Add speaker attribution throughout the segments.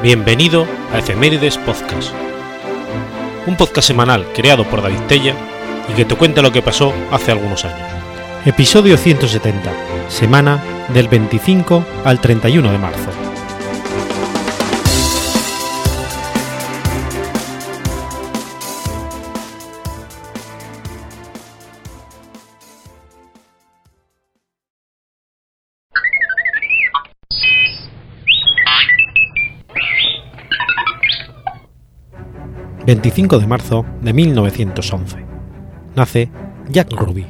Speaker 1: Bienvenido a Efemérides Podcast, un podcast semanal creado por David Tella y que te cuenta lo que pasó hace algunos años. Episodio 170, semana del 25 al 31 de marzo. ...25 de marzo de 1911... nace Jack Ruby.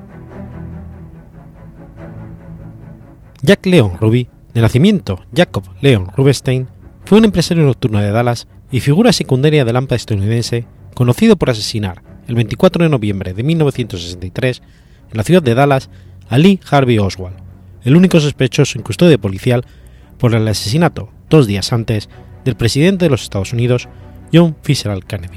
Speaker 1: Jack Leon Ruby, de nacimiento Jacob Leon Rubinstein, fue un empresario nocturno de Dallas y figura secundaria del AMPA estadounidense, conocido por asesinar el 24 de noviembre de 1963 en la ciudad de Dallas a Lee Harvey Oswald, el único sospechoso en custodia policial por el asesinato 2 días antes del presidente de los Estados Unidos, John Fitzgerald Kennedy.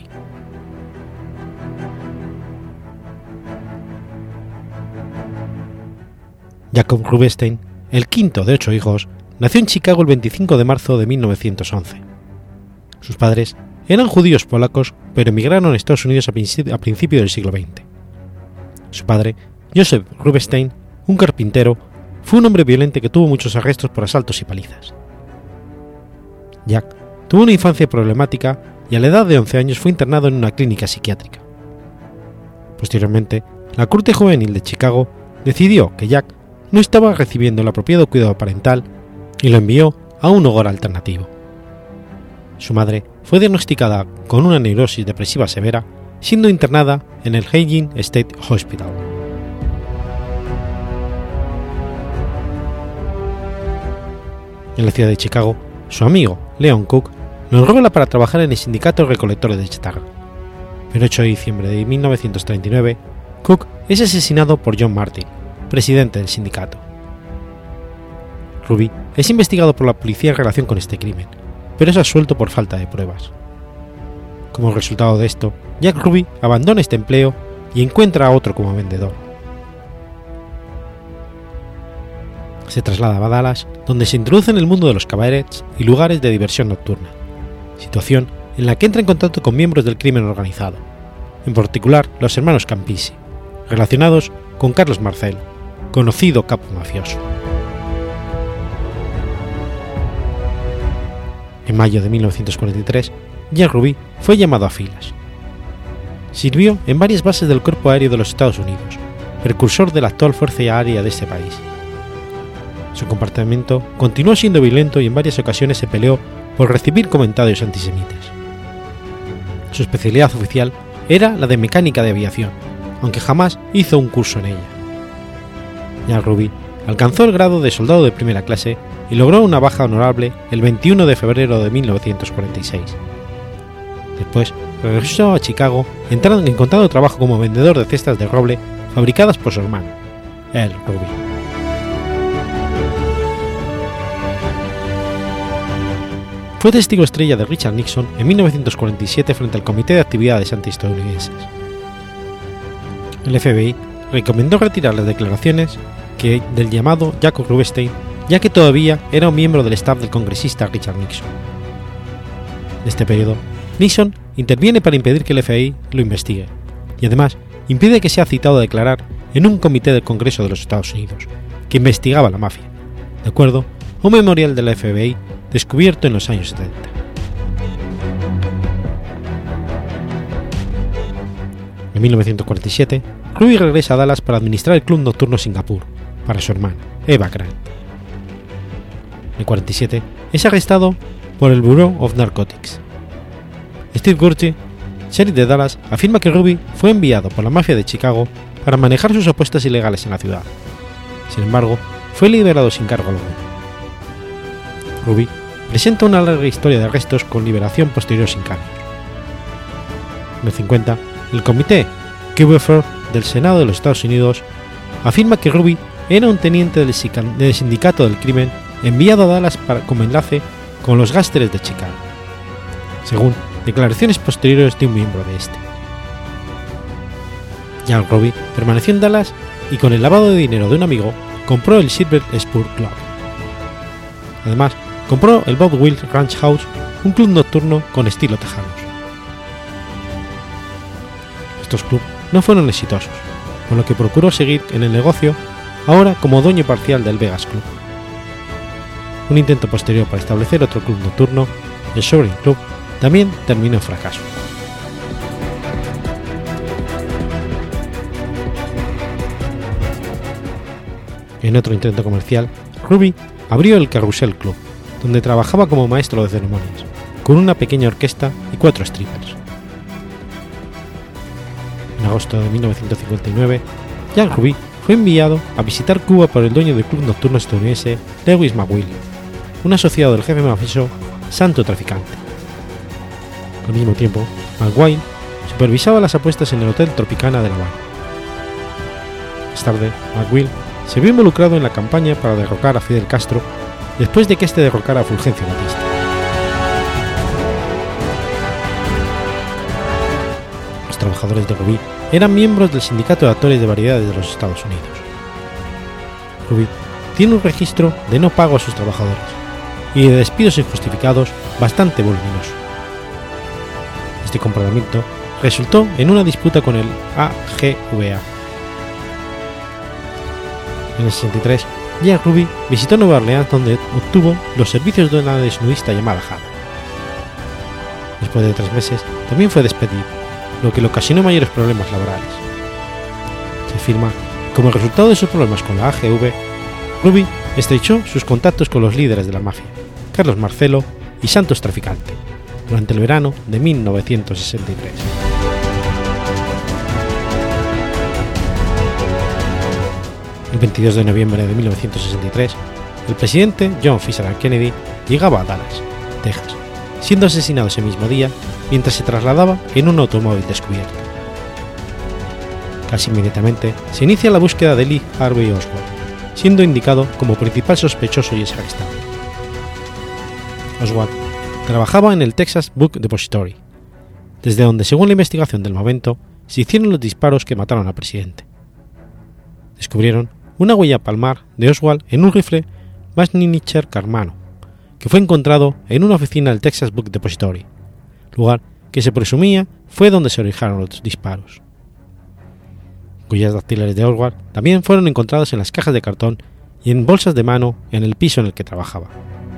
Speaker 1: Jacob Rubinstein, el quinto de 8 hijos, nació en Chicago el 25 de marzo de 1911. Sus padres eran judíos polacos, pero emigraron a Estados Unidos a principios del siglo XX. Su padre, Joseph Rubinstein, un carpintero, fue un hombre violento que tuvo muchos arrestos por asaltos y palizas. Jack tuvo una infancia problemática y a la edad de 11 años fue internado en una clínica psiquiátrica. Posteriormente, la Corte Juvenil de Chicago decidió que Jack no estaba recibiendo el apropiado cuidado parental y lo envió a un hogar alternativo. Su madre fue diagnosticada con una neurosis depresiva severa, siendo internada en el Hagin State Hospital. En la ciudad de Chicago, su amigo Leon Cook lo enrola para trabajar en el sindicato de recolectores de chatarra, pero el 8 de diciembre de 1939, Cook es asesinado por John Martin, presidente del sindicato. Ruby es investigado por la policía en relación con este crimen, pero es absuelto por falta de pruebas. Como resultado de esto, Jack Ruby abandona este empleo y encuentra a otro como vendedor. Se traslada a Dallas, donde se introduce en el mundo de los cabarets y lugares de diversión nocturna, situación en la que entra en contacto con miembros del crimen organizado, en particular los hermanos Campisi, relacionados con Carlos Marcel, conocido capo mafioso. En mayo de 1943, Jack Ruby fue llamado a filas. Sirvió en varias bases del Cuerpo Aéreo de los Estados Unidos, precursor de la actual Fuerza Aérea de este país. Su comportamiento continuó siendo violento y en varias ocasiones se peleó por recibir comentarios antisemitas. Su especialidad oficial era la de mecánica de aviación, aunque jamás hizo un curso en ella. Jack Ruby alcanzó el grado de soldado de primera clase y logró una baja honorable el 21 de febrero de 1946. Después regresó a Chicago, encontrando trabajo como vendedor de cestas de roble fabricadas por su hermano, Earl Ruby. Fue testigo estrella de Richard Nixon en 1947 frente al Comité de Actividades Antiestadounidenses. El FBI recomendó retirar las declaraciones del llamado Jacob Rubinstein, ya que todavía era un miembro del staff del congresista Richard Nixon. En este periodo, Nixon interviene para impedir que el FBI lo investigue, y además impide que sea citado a declarar en un comité del Congreso de los Estados Unidos, que investigaba la mafia, de acuerdo a un memorial de la FBI descubierto en los años 70. En 1947, Ruby regresa a Dallas para administrar el club nocturno Singapur, para su hermana, Eva Grant. En el 47, es arrestado por el Bureau of Narcotics. Steve Gurgey, sheriff de Dallas, afirma que Ruby fue enviado por la mafia de Chicago para manejar sus apuestas ilegales en la ciudad. Sin embargo, fue liberado sin cargo alguno. Ruby presenta una larga historia de arrestos con liberación posterior sin cargos. En el 50, el comité QBFR del Senado de los Estados Unidos afirma que Ruby era un teniente del sindicato del crimen enviado a Dallas como enlace con los gángsters de Chicago, según declaraciones posteriores de un miembro de este. Jack Ruby permaneció en Dallas y con el lavado de dinero de un amigo compró el Silver Spur Club. Además, compró el Bob Wills Ranch House, un club nocturno con estilo tejanos. Estos clubes no fueron exitosos, con lo que procuró seguir en el negocio, ahora como dueño parcial del Vegas Club. Un intento posterior para establecer otro club nocturno, el Sovereign Club, también terminó en fracaso. En otro intento comercial, Ruby abrió el Carousel Club, donde trabajaba como maestro de ceremonias, con una pequeña orquesta y 4 strippers. En agosto de 1959, Jack Ruby fue enviado a visitar Cuba por el dueño del club nocturno estadounidense Lewis McWilliams, un asociado del jefe mafioso Santo Traficante. Al mismo tiempo, McWilliams supervisaba las apuestas en el Hotel Tropicana de La Habana. Más tarde, McWilliams se vio involucrado en la campaña para derrocar a Fidel Castro después de que este derrocara a Fulgencio Batista. Los trabajadores de Ruby eran miembros del Sindicato de Actores de Variedades de los Estados Unidos. Ruby tiene un registro de no pago a sus trabajadores y de despidos injustificados bastante voluminoso. Este comportamiento resultó en una disputa con el AGVA. En el 63, Jack Ruby visitó Nueva Orleans, donde obtuvo los servicios de una desnudista llamada Hannah. Después de 3 meses, también fue despedido, lo que le ocasionó mayores problemas laborales. Se afirma que como resultado de sus problemas con la AGV, Ruby estrechó sus contactos con los líderes de la mafia, Carlos Marcello y Santos Traficante, durante el verano de 1963. El 22 de noviembre de 1963, el presidente John F. Kennedy llegaba a Dallas, Texas, siendo asesinado ese mismo día mientras se trasladaba en un automóvil descubierto. Casi inmediatamente se inicia la búsqueda de Lee Harvey Oswald, siendo indicado como principal sospechoso y es arrestado. Oswald trabajaba en el Texas Book Depository, desde donde, según la investigación del momento, se hicieron los disparos que mataron al presidente. Descubrieron una huella palmar de Oswald en un rifle Mannlicher Carmano, que fue encontrado en una oficina del Texas Book Depository, lugar que se presumía fue donde se originaron los disparos. Huellas dactilares de Oswald también fueron encontradas en las cajas de cartón y en bolsas de mano en el piso en el que trabajaba.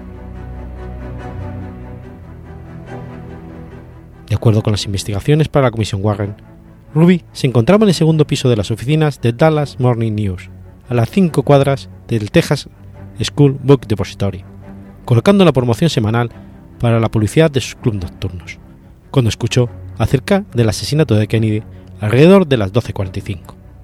Speaker 1: De acuerdo con las investigaciones para la Comisión Warren, Ruby se encontraba en el segundo piso de las oficinas de Dallas Morning News, a las 5 cuadras del Texas School Book Depository, colocando la promoción semanal para la publicidad de sus clubes nocturnos, cuando escuchó acerca del asesinato de Kennedy alrededor de las 12:45.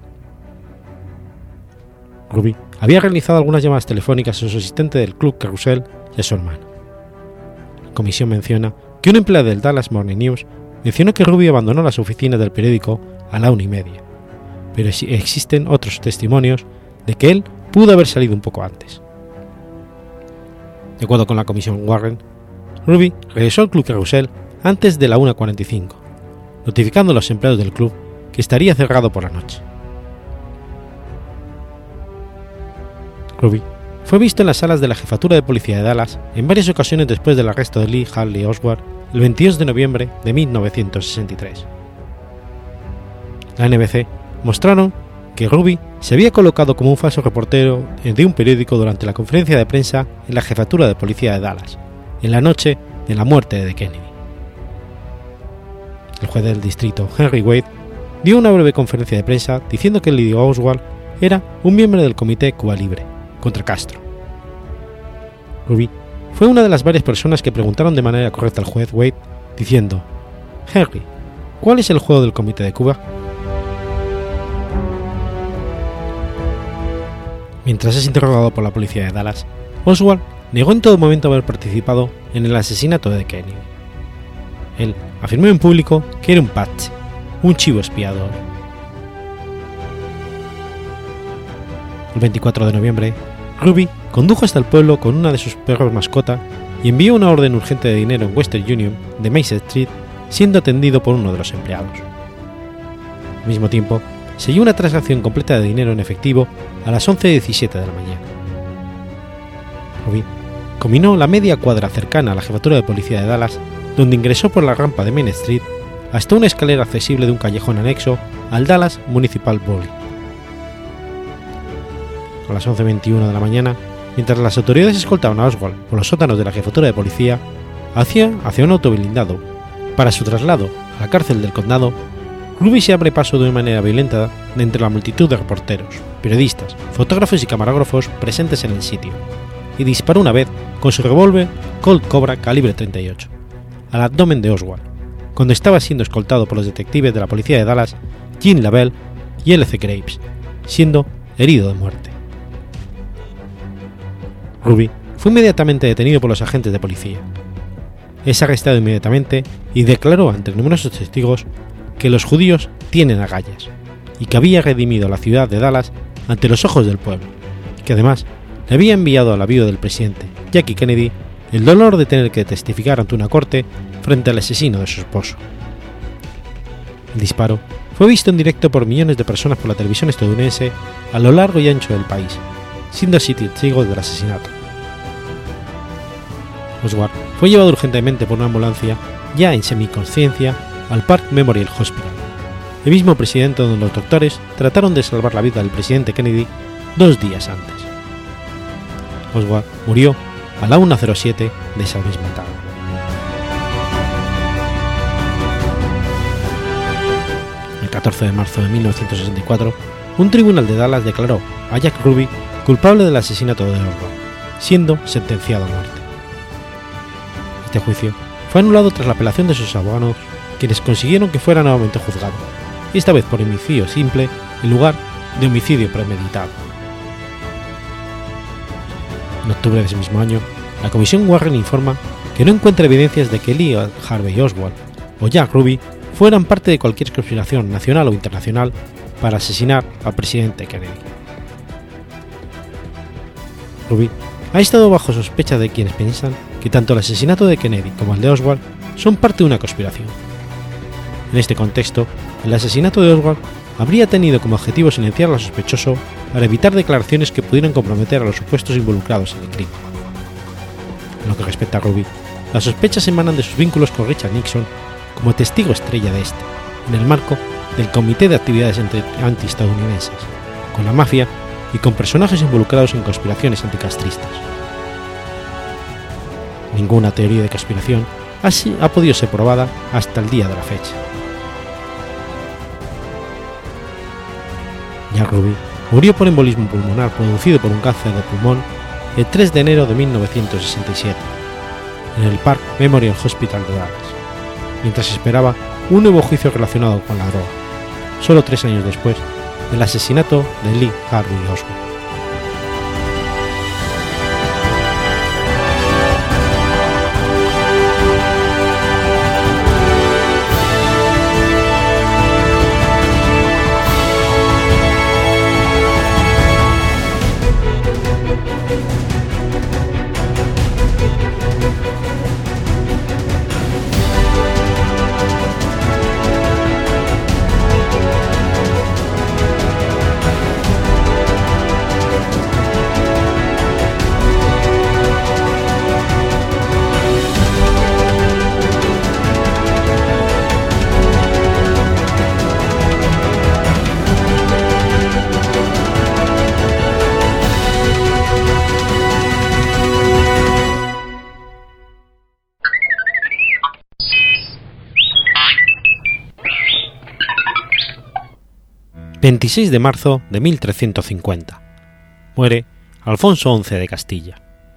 Speaker 1: Ruby había realizado algunas llamadas telefónicas a su asistente del club Carousel y a su hermano. La comisión menciona que un empleado del Dallas Morning News mencionó que Ruby abandonó las oficinas del periódico a la 1:30, pero existen otros testimonios de que él pudo haber salido un poco antes. De acuerdo con la comisión Warren, Ruby regresó al club Carousel antes de la 1:45, notificando a los empleados del club que estaría cerrado por la noche. Ruby fue visto en las salas de la jefatura de policía de Dallas en varias ocasiones después del arresto de Lee Harvey Oswald el 22 de noviembre de 1963. La NBC mostraron que Ruby se había colocado como un falso reportero de un periódico durante la conferencia de prensa en la jefatura de policía de Dallas, en la noche de la muerte de Kennedy. El juez del distrito, Henry Wade, dio una breve conferencia de prensa diciendo que Lee Oswald era un miembro del Comité Cuba Libre contra Castro. Ruby fue una de las varias personas que preguntaron de manera correcta al juez Wade, diciendo: «Henry, ¿cuál es el juego del Comité de Cuba?». Mientras es interrogado por la policía de Dallas, Oswald negó en todo momento haber participado en el asesinato de Kennedy. Él afirmó en público que era un patsy, un chivo expiador. El 24 de noviembre, Ruby condujo hasta el pueblo con una de sus perros mascota y envió una orden urgente de dinero en Western Union de Main Street, siendo atendido por uno de los empleados. Al mismo tiempo, siguió una transacción completa de dinero en efectivo a las 11:17 de la mañana. Ruby combinó la media cuadra cercana a la jefatura de policía de Dallas, donde ingresó por la rampa de Main Street hasta una escalera accesible de un callejón anexo al Dallas Municipal Building. A las 11:21 de la mañana, mientras las autoridades escoltaban a Oswald por los sótanos de la jefatura de policía, hacia un auto blindado para su traslado a la cárcel del condado, Ruby se abre paso de una manera violenta de entre la multitud de reporteros, periodistas, fotógrafos y camarógrafos presentes en el sitio, y disparó una vez con su revólver Colt Cobra calibre 38 al abdomen de Oswald, cuando estaba siendo escoltado por los detectives de la policía de Dallas, Jim Lavelle y L.C. Graves, siendo herido de muerte. Ruby fue inmediatamente detenido por los agentes de policía. Es arrestado inmediatamente y declaró ante numerosos testigos que los judíos tienen agallas y que había redimido a la ciudad de Dallas ante los ojos del pueblo, que además le había enviado a la viuda del presidente, Jackie Kennedy, el dolor de tener que testificar ante una corte frente al asesino de su esposo. El disparo fue visto en directo por millones de personas por la televisión estadounidense a lo largo y ancho del país, siendo así testigos del asesinato. Oswald fue llevado urgentemente por una ambulancia, ya en semiconsciencia, al Park Memorial Hospital, el mismo presidente donde los doctores trataron de salvar la vida del presidente Kennedy 2 días antes. Oswald murió a la 1:07 de esa misma tarde. El 14 de marzo de 1964, un tribunal de Dallas declaró a Jack Ruby culpable del asesinato de Oswald, siendo sentenciado a muerte. Este juicio fue anulado tras la apelación de sus abogados, quienes consiguieron que fuera nuevamente juzgado, y esta vez por homicidio simple en lugar de homicidio premeditado. En octubre de ese mismo año, la Comisión Warren informa que no encuentra evidencias de que Lee Harvey Oswald o Jack Ruby fueran parte de cualquier conspiración nacional o internacional para asesinar al presidente Kennedy. Ruby ha estado bajo sospecha de quienes piensan que tanto el asesinato de Kennedy como el de Oswald son parte de una conspiración. En este contexto, el asesinato de Oswald habría tenido como objetivo silenciar al sospechoso para evitar declaraciones que pudieran comprometer a los supuestos involucrados en el crimen. En lo que respecta a Ruby, las sospechas emanan de sus vínculos con Richard Nixon como testigo estrella de este, en el marco del Comité de Actividades Antiestadounidenses, con la mafia y con personajes involucrados en conspiraciones anticastristas. Ninguna teoría de conspiración así ha podido ser probada hasta el día de la fecha. Jack Ruby murió por embolismo pulmonar producido por un cáncer de pulmón el 3 de enero de 1967, en el Park Memorial Hospital de Dallas, mientras esperaba un nuevo juicio relacionado con la droga, solo 3 años después del asesinato de Lee Harvey Oswald. ...26 de marzo de 1350... muere Alfonso XI de Castilla.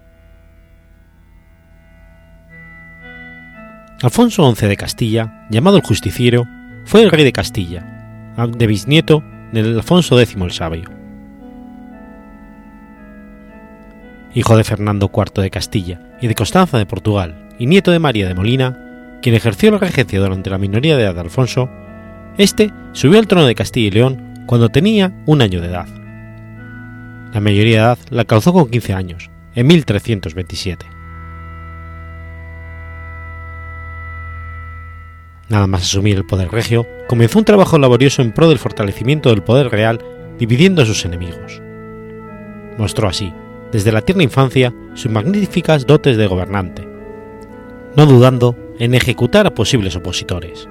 Speaker 1: Alfonso XI de Castilla, llamado el Justiciero, fue el rey de Castilla, de bisnieto del Alfonso X el Sabio. Hijo de Fernando IV de Castilla y de Constanza de Portugal, y nieto de María de Molina, quien ejerció la regencia durante la minoría de edad de Alfonso, este subió al trono de Castilla y León cuando tenía 1 año de edad. La mayoría de edad la alcanzó con 15 años, en 1327. Nada más asumir el poder regio, comenzó un trabajo laborioso en pro del fortalecimiento del poder real, dividiendo a sus enemigos. Mostró así, desde la tierna infancia sus magníficas dotes de gobernante, no dudando en ejecutar a posibles opositores.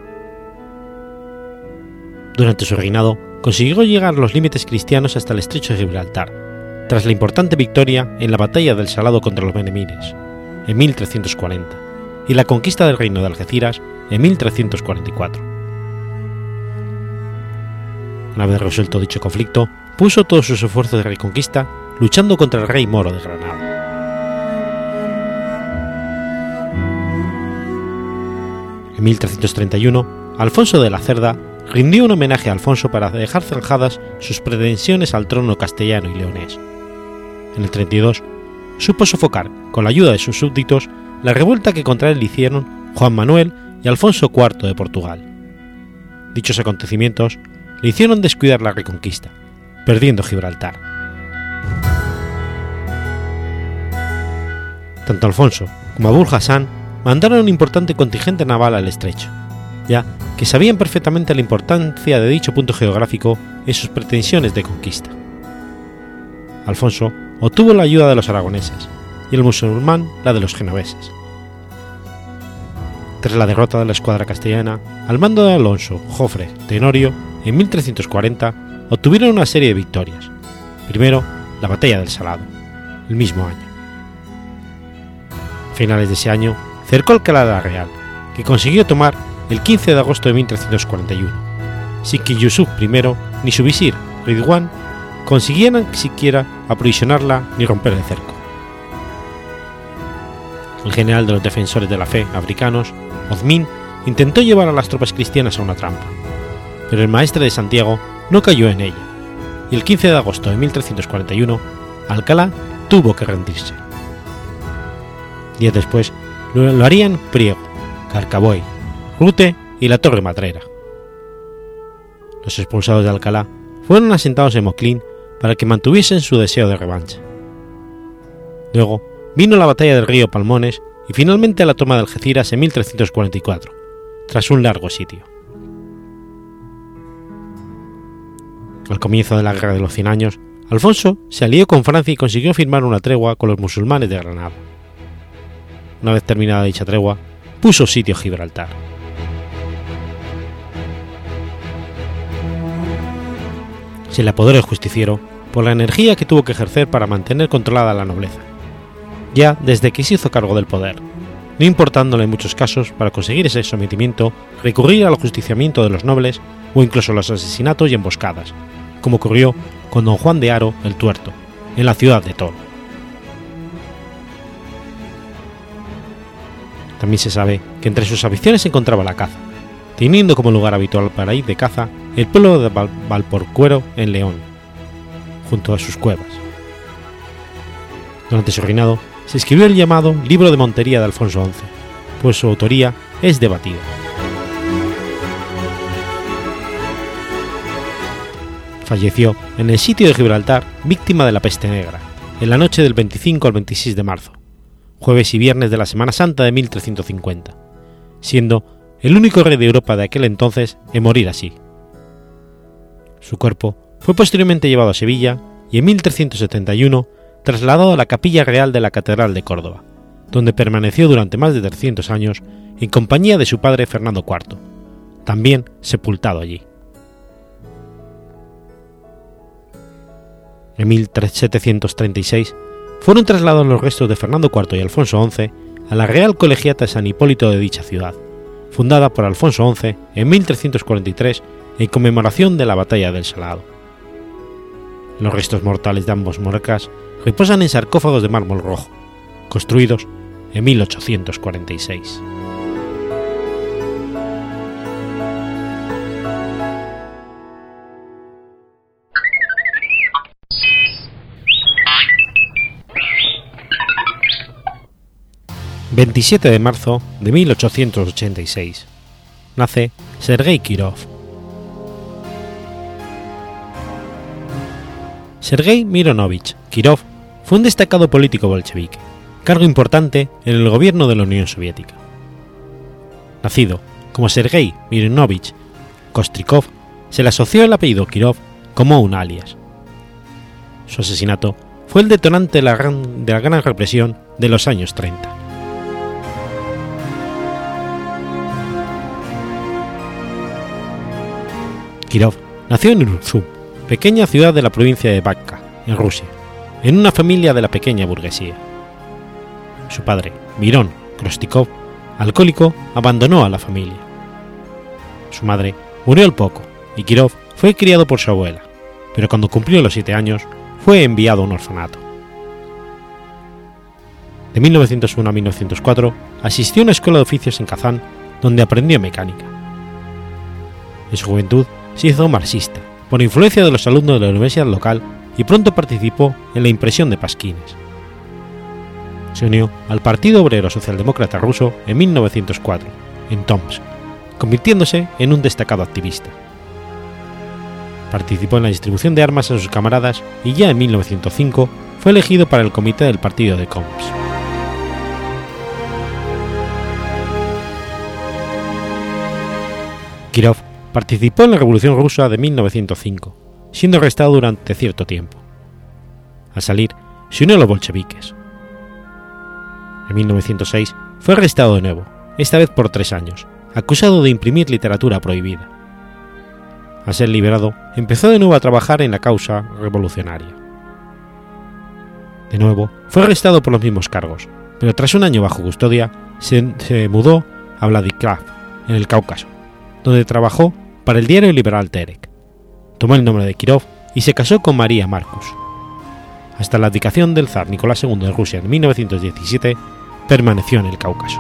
Speaker 1: Durante su reinado consiguió llegar a los límites cristianos hasta el estrecho de Gibraltar, tras la importante victoria en la batalla del Salado contra los benemíes, en 1340, y la conquista del reino de Algeciras en 1344. Una vez resuelto dicho conflicto, puso todos sus esfuerzos de reconquista luchando contra el rey moro de Granada. En 1331, Alfonso de la Cerda rindió un homenaje a Alfonso para dejar zanjadas sus pretensiones al trono castellano y leonés. En el 32, supo sofocar, con la ayuda de sus súbditos, la revuelta que contra él hicieron Juan Manuel y Alfonso IV de Portugal. Dichos acontecimientos le hicieron descuidar la reconquista, perdiendo Gibraltar. Tanto Alfonso como Abul Hasán mandaron un importante contingente naval al estrecho, ya que sabían perfectamente la importancia de dicho punto geográfico en sus pretensiones de conquista. Alfonso obtuvo la ayuda de los aragoneses y el musulmán la de los genoveses. Tras la derrota de la escuadra castellana, al mando de Alonso, Jofre, Tenorio, en 1340 obtuvieron una serie de victorias. Primero, la batalla del Salado, el mismo año. A finales de ese año, cercó Alcalá de la Real, que consiguió tomar el 15 de agosto de 1341, sin que Yusuf I ni su visir, Ridwan, consiguieran siquiera aprovisionarla ni romper el cerco. El general de los defensores de la fe africanos, Ozmin, intentó llevar a las tropas cristianas a una trampa, pero el maestre de Santiago no cayó en ella, y el 15 de agosto de 1341 Alcalá tuvo que rendirse. Días después lo harían Priego, Carcaboy, Rute y la Torre Matrera. Los expulsados de Alcalá fueron asentados en Moclín para que mantuviesen su deseo de revancha. Luego vino la batalla del río Palmones y finalmente la toma de Algeciras en 1344, tras un largo sitio. Al comienzo de la Guerra de los 100 Años, Alfonso se alió con Francia y consiguió firmar una tregua con los musulmanes de Granada. Una vez terminada dicha tregua, puso sitio a Gibraltar. Se le apoderó el justiciero por la energía que tuvo que ejercer para mantener controlada la nobleza, ya desde que se hizo cargo del poder, no importándole en muchos casos para conseguir ese sometimiento recurrir al ajusticiamiento de los nobles o incluso a los asesinatos y emboscadas, como ocurrió con don Juan de Haro el Tuerto, en la ciudad de Toro. También se sabe que entre sus aficiones se encontraba la caza, teniendo como lugar habitual para ir de caza el pueblo de Valporcuero en León, junto a sus cuevas. Durante su reinado se escribió el llamado Libro de Montería de Alfonso XI, pues su autoría es debatida. Falleció en el sitio de Gibraltar víctima de la peste negra, en la noche del 25 al 26 de marzo, jueves y viernes de la Semana Santa de 1350, siendo el único rey de Europa de aquel entonces en morir así. Su cuerpo fue posteriormente llevado a Sevilla y en 1371 trasladado a la Capilla Real de la Catedral de Córdoba, donde permaneció durante más de 300 años en compañía de su padre Fernando IV, también sepultado allí. En 1736 fueron trasladados los restos de Fernando IV y Alfonso XI a la Real Colegiata San Hipólito de dicha ciudad, fundada por Alfonso XI en 1343 en conmemoración de la Batalla del Salado. Los restos mortales de ambos monarcas reposan en sarcófagos de mármol rojo, construidos en 1846. «27 de marzo de 1886. Nace Sergei Kirov». Sergei Mironovich Kirov fue un destacado político bolchevique, cargo importante en el gobierno de la Unión Soviética. Nacido como Sergei Mironovich Kostrikov, se le asoció el apellido Kirov como un alias. Su asesinato fue el detonante de la gran represión de los años 30. Kirov nació en Irzum, pequeña ciudad de la provincia de Bakka, en Rusia, en una familia de la pequeña burguesía. Su padre, Miron Krostikov, alcohólico, abandonó a la familia. Su madre murió al poco y Kirov fue criado por su abuela, pero cuando cumplió los 7 años fue enviado a un orfanato. De 1901 a 1904 asistió a una escuela de oficios en Kazán, donde aprendió mecánica. En su juventud se hizo marxista, por influencia de los alumnos de la universidad local, y pronto participó en la impresión de pasquines. Se unió al Partido Obrero Socialdemócrata Ruso en 1904, en Tomsk, convirtiéndose en un destacado activista. Participó en la distribución de armas a sus camaradas y ya en 1905 fue elegido para el comité del partido de Tomsk. Kirov participó en la Revolución Rusa de 1905, siendo arrestado durante cierto tiempo. Al salir, se unió a los bolcheviques. En 1906 fue arrestado de nuevo, esta vez por 3 años, acusado de imprimir literatura prohibida. Al ser liberado, empezó de nuevo a trabajar en la causa revolucionaria. De nuevo, fue arrestado por los mismos cargos, pero tras un año bajo custodia, se mudó a Vladislav, en el Cáucaso, donde trabajó para el diario liberal Terek. Tomó el nombre de Kirov y se casó con María Marcus. Hasta la abdicación del zar Nicolás II de Rusia en 1917, permaneció en el Cáucaso.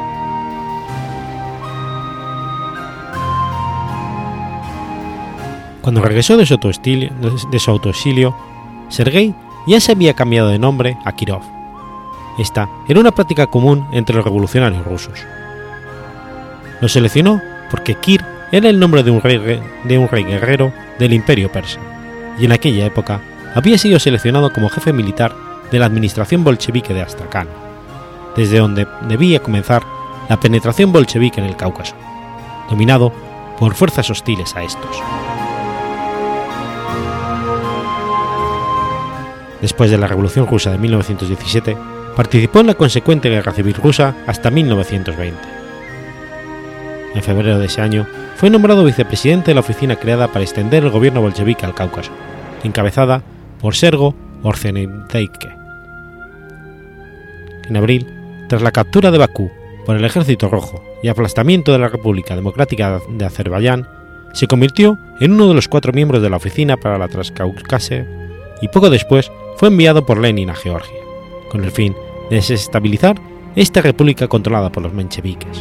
Speaker 1: Cuando regresó de su autoexilio, Sergei ya se había cambiado de nombre a Kirov. Esta era una práctica común entre los revolucionarios rusos. Lo seleccionó porque Kir era el nombre de un rey guerrero del Imperio Persa, y en aquella época había sido seleccionado como jefe militar de la administración bolchevique de Astracán, desde donde debía comenzar la penetración bolchevique en el Cáucaso, dominado por fuerzas hostiles a estos. Después de la Revolución Rusa de 1917, participó en la consecuente Guerra Civil Rusa hasta 1920. En febrero de ese año fue nombrado vicepresidente de la oficina creada para extender el gobierno bolchevique al Cáucaso, encabezada por Sergo Ordzhonikidze. En abril, tras la captura de Bakú por el Ejército Rojo y aplastamiento de la República Democrática de Azerbaiyán, se convirtió en uno de los 4 miembros de la Oficina para la Transcaucasia y poco después fue enviado por Lenin a Georgia, con el fin de desestabilizar esta república controlada por los mencheviques.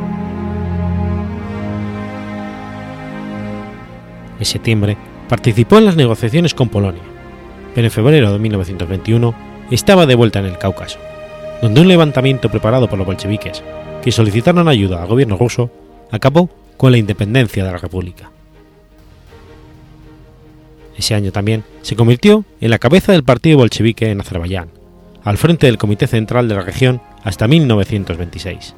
Speaker 1: En septiembre participó en las negociaciones con Polonia, pero en febrero de 1921 estaba de vuelta en el Cáucaso, donde un levantamiento preparado por los bolcheviques, que solicitaron ayuda al gobierno ruso, acabó con la independencia de la república. Ese año también se convirtió en la cabeza del partido bolchevique en Azerbaiyán, al frente del Comité Central de la región hasta 1926.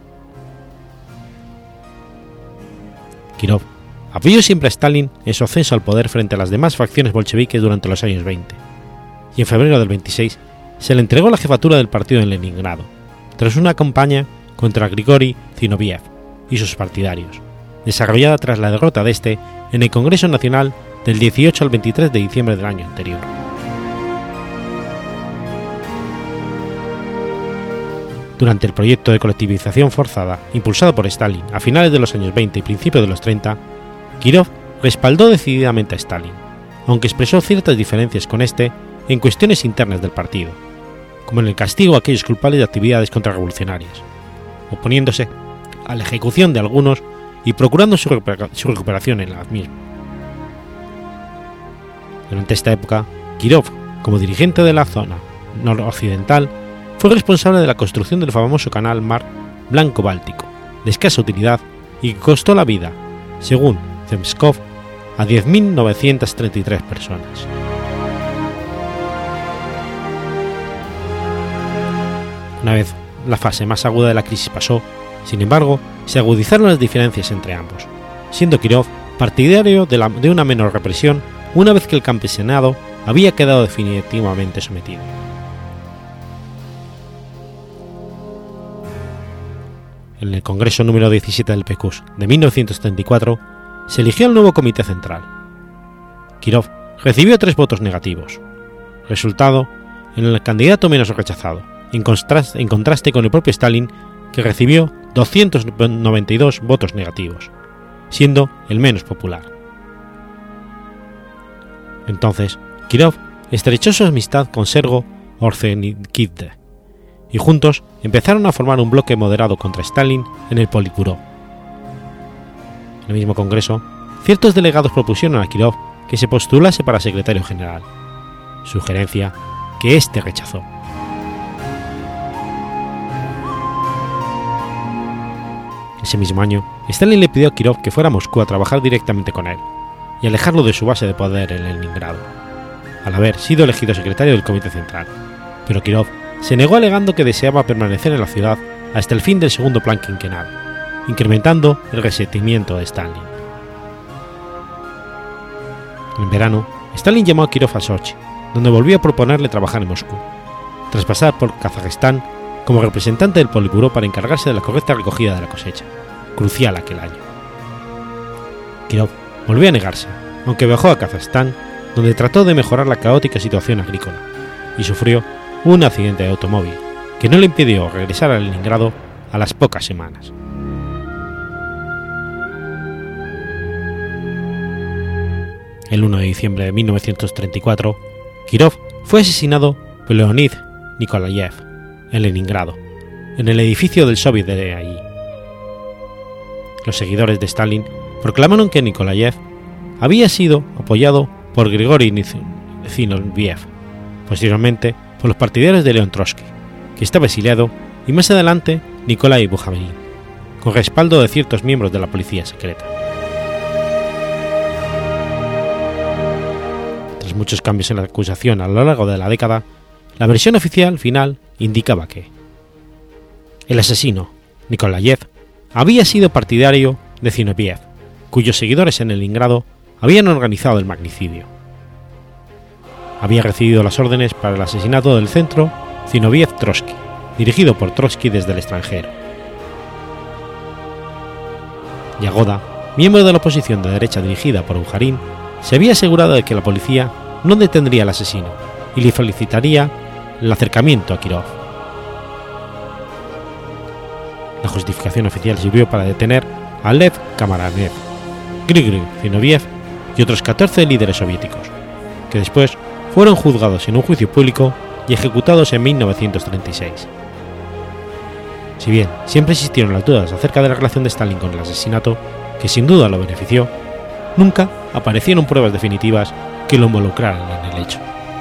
Speaker 1: Kirov apoyó siempre a Stalin en su ascenso al poder frente a las demás facciones bolcheviques durante los años 20, y en febrero del 26 se le entregó la jefatura del partido en Leningrado, tras una campaña contra Grigori Zinoviev y sus partidarios, desarrollada tras la derrota de este en el Congreso Nacional del 18 al 23 de diciembre del año anterior. Durante el proyecto de colectivización forzada impulsado por Stalin a finales de los años 20 y principios de los 30, Kirov respaldó decididamente a Stalin, aunque expresó ciertas diferencias con este en cuestiones internas del partido, como en el castigo a aquellos culpables de actividades contrarrevolucionarias, oponiéndose a la ejecución de algunos y procurando su recuperación en las mismas. Durante esta época, Kirov, como dirigente de la zona noroccidental, fue responsable de la construcción del famoso canal Mar Blanco-Báltico, de escasa utilidad y que costó la vida, según Zemskov, a 10.933 personas. Una vez la fase más aguda de la crisis pasó, sin embargo, se agudizaron las diferencias entre ambos, siendo Kirov partidario de una menor represión una vez que el campesinado había quedado definitivamente sometido. En el Congreso número 17 del PQS de 1934 se eligió el nuevo Comité Central. Kirov recibió 3 votos negativos, resultado en el candidato menos rechazado, en contraste con el propio Stalin, que recibió 292 votos negativos, siendo el menos popular. Entonces, Kirov estrechó su amistad con Sergo Ordzhonikidze, y juntos empezaron a formar un bloque moderado contra Stalin en el Politburó. En el mismo congreso, ciertos delegados propusieron a Kirov que se postulase para secretario general, sugerencia que éste rechazó. Ese mismo año, Stalin le pidió a Kirov que fuera a Moscú a trabajar directamente con él y alejarlo de su base de poder en Leningrado, al haber sido elegido secretario del Comité Central, pero Kirov se negó alegando que deseaba permanecer en la ciudad hasta el fin del segundo plan quinquenal, incrementando el resentimiento de Stalin. En verano, Stalin llamó a Kirov a Sochi, donde volvió a proponerle trabajar en Moscú, tras pasar por Kazajistán como representante del Politburó para encargarse de la correcta recogida de la cosecha, crucial aquel año. Kirov volvió a negarse, aunque viajó a Kazajistán, donde trató de mejorar la caótica situación agrícola, y sufrió un accidente de automóvil que no le impidió regresar a Leningrado a las pocas semanas. El 1 de diciembre de 1934, Kirov fue asesinado por Leonid Nikolayev en Leningrado, en el edificio del Soviet de allí. Los seguidores de Stalin proclamaron que Nikolayev había sido apoyado por Grigori Zinoviev, posteriormente por los partidarios de León Trotsky, que estaba exiliado, y más adelante Nikolai Bujarin, con respaldo de ciertos miembros de la policía secreta. Tras muchos cambios en la acusación a lo largo de la década, la versión oficial final indicaba que el asesino, Nikolayev, había sido partidario de Zinoviev, cuyos seguidores en Leningrado habían organizado el magnicidio. Había recibido las órdenes para el asesinato del centro Zinoviev-Trotsky, dirigido por Trotsky desde el extranjero. Yagoda, miembro de la oposición de derecha dirigida por Bujarin, se había asegurado de que la policía no detendría al asesino y le felicitaría el acercamiento a Kirov. La justificación oficial sirvió para detener a Lev Kamaranev, Grigori Zinoviev y otros 14 líderes soviéticos, que después fueron juzgados en un juicio público y ejecutados en 1936. Si bien siempre existieron las dudas acerca de la relación de Stalin con el asesinato, que sin duda lo benefició, nunca aparecieron pruebas definitivas que lo involucraran en el hecho.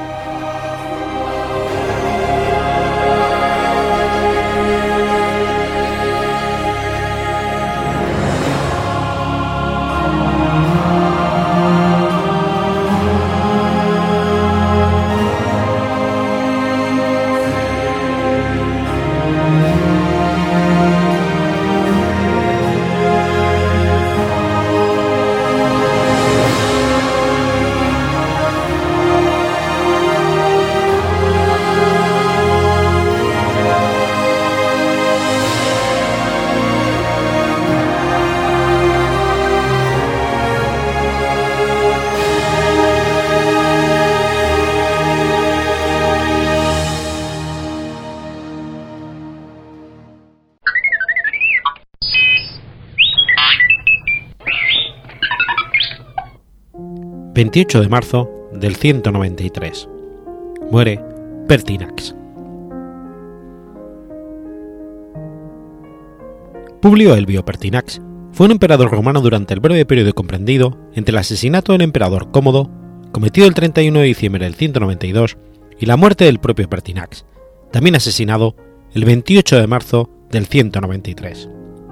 Speaker 1: ...28 de marzo del 193... muere Pertinax. Publio Elbio Pertinax fue un emperador romano durante el breve periodo comprendido entre el asesinato del emperador Cómodo, cometido el 31 de diciembre del 192, y la muerte del propio Pertinax, también asesinado el 28 de marzo del 193.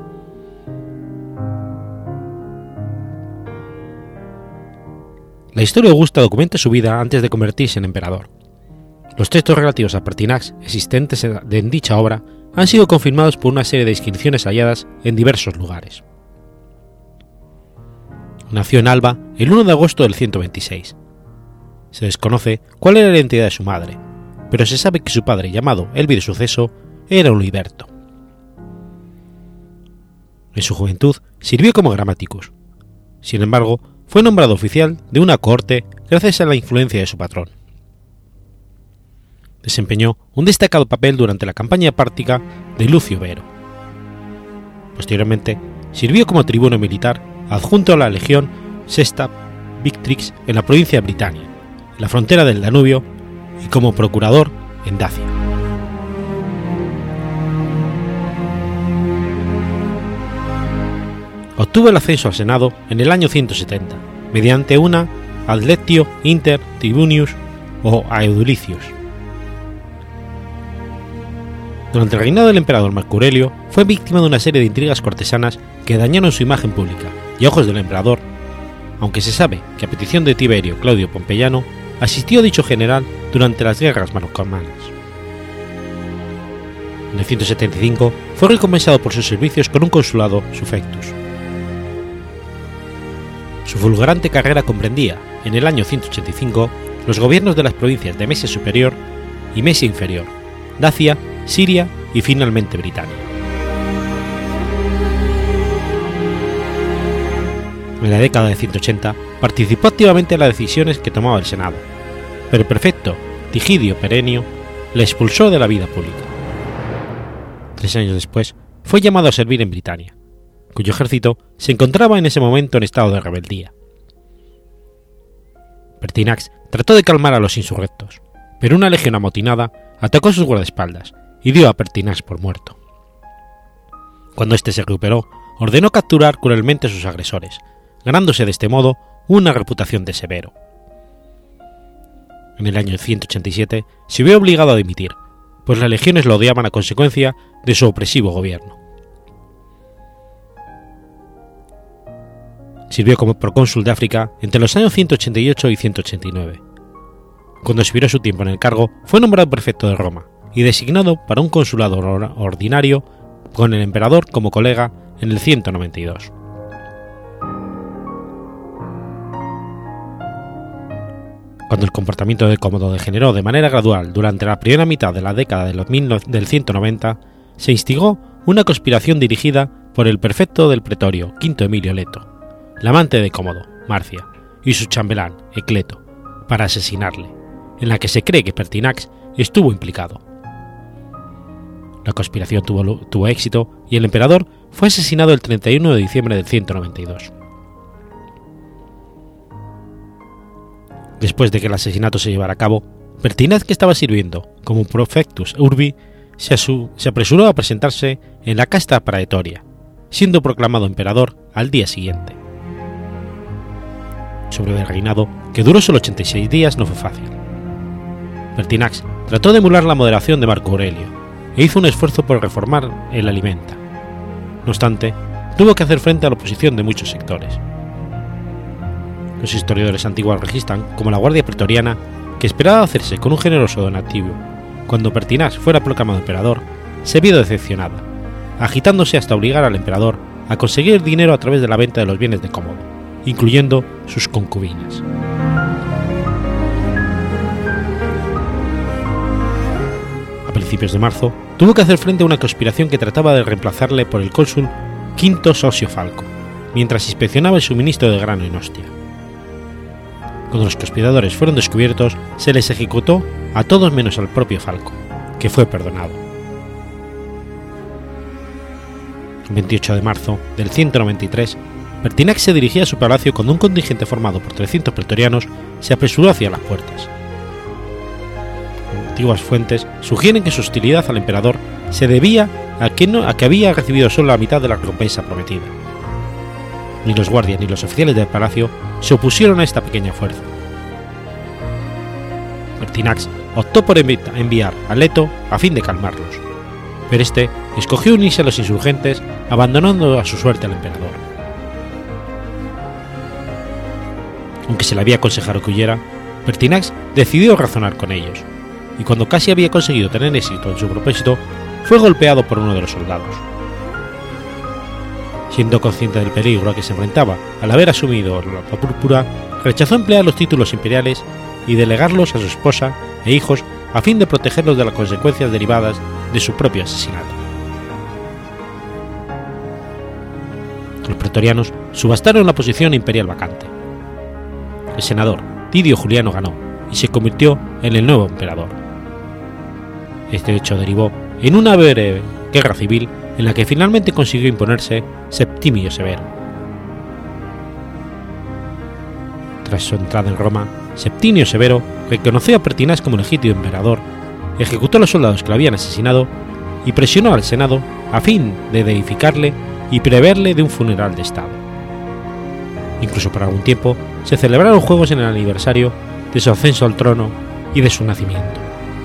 Speaker 1: La historia augusta documenta su vida antes de convertirse en emperador. Los textos relativos a Pertinax existentes en dicha obra han sido confirmados por una serie de inscripciones halladas en diversos lugares. Nació en Alba el 1 de agosto del 126. Se desconoce cuál era la identidad de su madre, pero se sabe que su padre, llamado Elvir Suceso, era un liberto. En su juventud sirvió como grammaticus. Sin embargo, fue nombrado oficial de una cohorte gracias a la influencia de su patrón. Desempeñó un destacado papel durante la campaña pártica de Lucio Vero. Posteriormente, sirvió como tribuno militar adjunto a la Legión Sexta Victrix en la provincia de Britania, en la frontera del Danubio, y como procurador en Dacia. Obtuvo el ascenso al Senado en el año 170, mediante una adlectio inter tribunius o aedulicius. Durante el reinado del emperador Marco Aurelio fue víctima de una serie de intrigas cortesanas que dañaron su imagen pública y a ojos del emperador, aunque se sabe que a petición de Tiberio Claudio Pompeyano asistió a dicho general durante las guerras marcomanas. En el 175 fue recompensado por sus servicios con un consulado suffectus. Su fulgurante carrera comprendía, en el año 185, los gobiernos de las provincias de Mesia Superior y Mesia Inferior, Dacia, Siria y finalmente Britania. En la década de 180 participó activamente en las decisiones que tomaba el Senado, pero el prefecto Tigidio Perenio le expulsó de la vida pública. 3 años después fue llamado a servir en Britania, cuyo ejército se encontraba en ese momento en estado de rebeldía. Pertinax trató de calmar a los insurrectos, pero una legión amotinada atacó sus guardaespaldas y dio a Pertinax por muerto. Cuando éste se recuperó, ordenó capturar cruelmente a sus agresores, ganándose de este modo una reputación de severo. En el año 187 se vio obligado a dimitir, pues las legiones lo odiaban a consecuencia de su opresivo gobierno. Sirvió como procónsul de África entre los años 188 y 189. Cuando expiró su tiempo en el cargo, fue nombrado prefecto de Roma y designado para un consulado ordinario con el emperador como colega en el 192. Cuando el comportamiento de Cómodo degeneró de manera gradual durante la primera mitad de la década del 190, se instigó una conspiración dirigida por el prefecto del pretorio Quinto Emilio Leto, la amante de Cómodo, Marcia, y su chambelán, Ecleto, para asesinarle, en la que se cree que Pertinax estuvo implicado. La conspiración tuvo éxito y el emperador fue asesinado el 31 de diciembre del 192. Después de que el asesinato se llevara a cabo, Pertinax, que estaba sirviendo como Prefectus Urbi, se apresuró a presentarse en la casta praetoria, siendo proclamado emperador al día siguiente. Su breve reinado, que duró solo 86 días, no fue fácil. Pertinax trató de emular la moderación de Marco Aurelio e hizo un esfuerzo por reformar el alimenta. No obstante, tuvo que hacer frente a la oposición de muchos sectores. Los historiadores antiguos registran como la Guardia Pretoriana, que esperaba hacerse con un generoso donativo cuando Pertinax fuera proclamado emperador, se vio decepcionada, agitándose hasta obligar al emperador a conseguir dinero a través de la venta de los bienes de Cómodo, incluyendo sus concubinas. A principios de marzo, tuvo que hacer frente a una conspiración que trataba de reemplazarle por el cónsul Quinto Sosio Falco, mientras inspeccionaba el suministro de grano en Ostia. Cuando los conspiradores fueron descubiertos, se les ejecutó a todos menos al propio Falco, que fue perdonado. El 28 de marzo del 193, Pertinax se dirigía a su palacio cuando un contingente formado por 300 pretorianos se apresuró hacia las puertas. Antiguas fuentes sugieren que su hostilidad al emperador se debía a que había recibido solo la mitad de la recompensa prometida. Ni los guardias ni los oficiales del palacio se opusieron a esta pequeña fuerza. Pertinax optó por enviar a Leto a fin de calmarlos, pero este escogió unirse a los insurgentes, abandonando a su suerte al emperador. Aunque se le había aconsejado que huyera, Pertinax decidió razonar con ellos, y cuando casi había conseguido tener éxito en su propósito, fue golpeado por uno de los soldados. Siendo consciente del peligro a que se enfrentaba al haber asumido la púrpura, rechazó emplear los títulos imperiales y delegarlos a su esposa e hijos a fin de protegerlos de las consecuencias derivadas de su propio asesinato. Los pretorianos subastaron la posición imperial vacante. El senador Didio Juliano ganó y se convirtió en el nuevo emperador. Este hecho derivó en una breve guerra civil en la que finalmente consiguió imponerse Septimio Severo. Tras su entrada en Roma, Septimio Severo reconoció a Pertinax como legítimo emperador, ejecutó a los soldados que lo habían asesinado y presionó al Senado a fin de deificarle y preverle de un funeral de Estado. Incluso por algún tiempo se celebraron juegos en el aniversario de su ascenso al trono y de su nacimiento.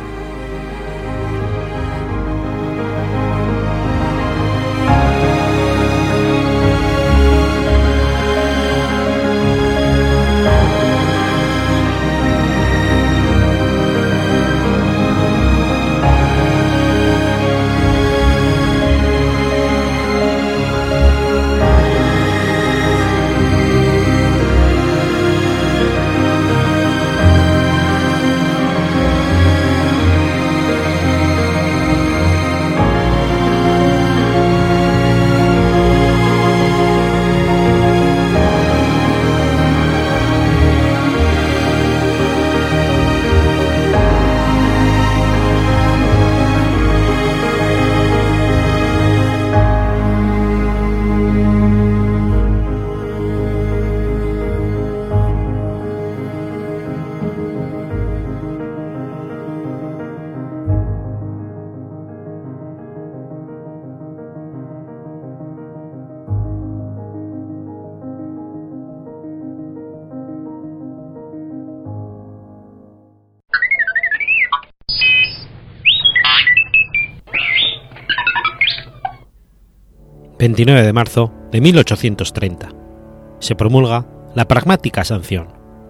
Speaker 1: El 29 de marzo de 1830 se promulga la Pragmática Sanción.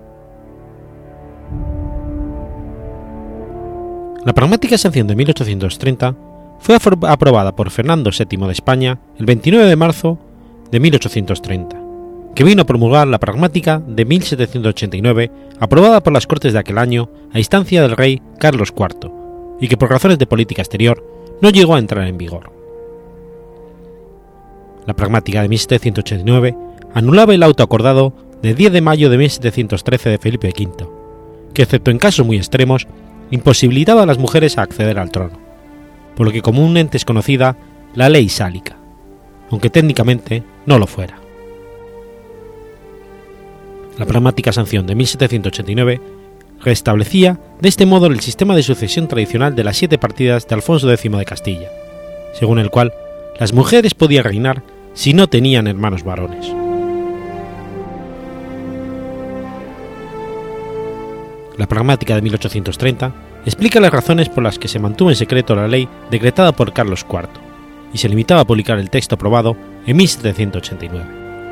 Speaker 1: La Pragmática Sanción de 1830 fue aprobada por Fernando VII de España el 29 de marzo de 1830, que vino a promulgar la Pragmática de 1789 aprobada por las Cortes de aquel año a instancia del rey Carlos IV y que por razones de política exterior no llegó a entrar en vigor. La Pragmática de 1789 anulaba el auto acordado de 10 de mayo de 1713 de Felipe V, que excepto en casos muy extremos, imposibilitaba a las mujeres a acceder al trono, por lo que comúnmente es conocida la Ley Sálica, aunque técnicamente no lo fuera. La Pragmática Sanción de 1789 restablecía de este modo el sistema de sucesión tradicional de las 7 partidas de Alfonso X de Castilla, según el cual las mujeres podían reinar si no tenían hermanos varones. La Pragmática de 1830 explica las razones por las que se mantuvo en secreto la ley decretada por Carlos IV y se limitaba a publicar el texto aprobado en 1789.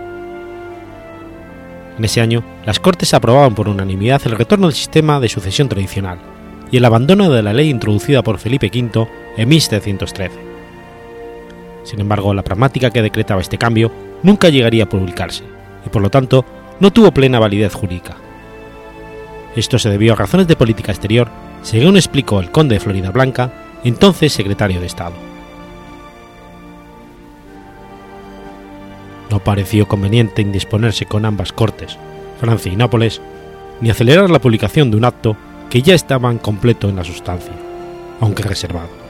Speaker 1: En ese año, las Cortes aprobaban por unanimidad el retorno del sistema de sucesión tradicional y el abandono de la ley introducida por Felipe V en 1713. Sin embargo, la pragmática que decretaba este cambio nunca llegaría a publicarse, y por lo tanto no tuvo plena validez jurídica. Esto se debió a razones de política exterior, según explicó el conde de Floridablanca, entonces secretario de Estado. No pareció conveniente indisponerse con ambas cortes, Francia y Nápoles, ni acelerar la publicación de un acto que ya estaba completo en la sustancia, aunque reservado.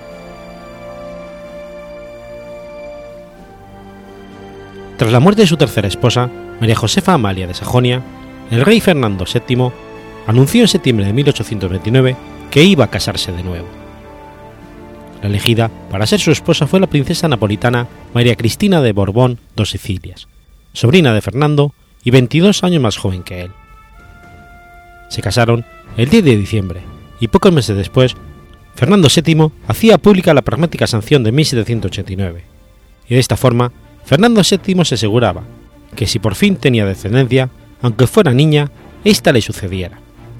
Speaker 1: Tras la muerte de su tercera esposa, María Josefa Amalia de Sajonia, el rey Fernando VII anunció en septiembre de 1829 que iba a casarse de nuevo. La elegida para ser su esposa fue la princesa napolitana María Cristina de Borbón dos Sicilias, sobrina de Fernando y 22 años más joven que él. Se casaron el 10 de diciembre y pocos meses después, Fernando VII hacía pública la Pragmática Sanción de 1789, y de esta forma Fernando VII se aseguraba que si por fin tenía descendencia, aunque fuera niña, ésta le sucediera.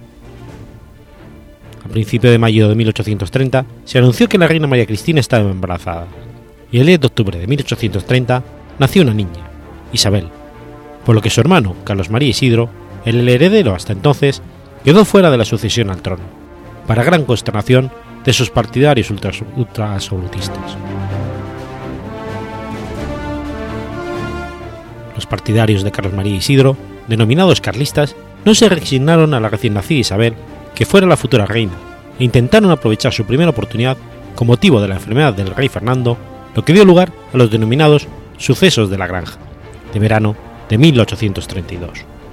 Speaker 1: A principios de mayo de 1830 se anunció que la reina María Cristina estaba embarazada, y el 10 de octubre de 1830 nació una niña, Isabel, por lo que su hermano Carlos María Isidro, el heredero hasta entonces, quedó fuera de la sucesión al trono, para gran consternación de sus partidarios ultra-absolutistas. Los partidarios de Carlos María Isidro, denominados carlistas, no se resignaron a la recién nacida Isabel, que fuera la futura reina, e intentaron aprovechar su primera oportunidad con motivo de la enfermedad del rey Fernando, lo que dio lugar a los denominados sucesos de la Granja, de verano de 1832.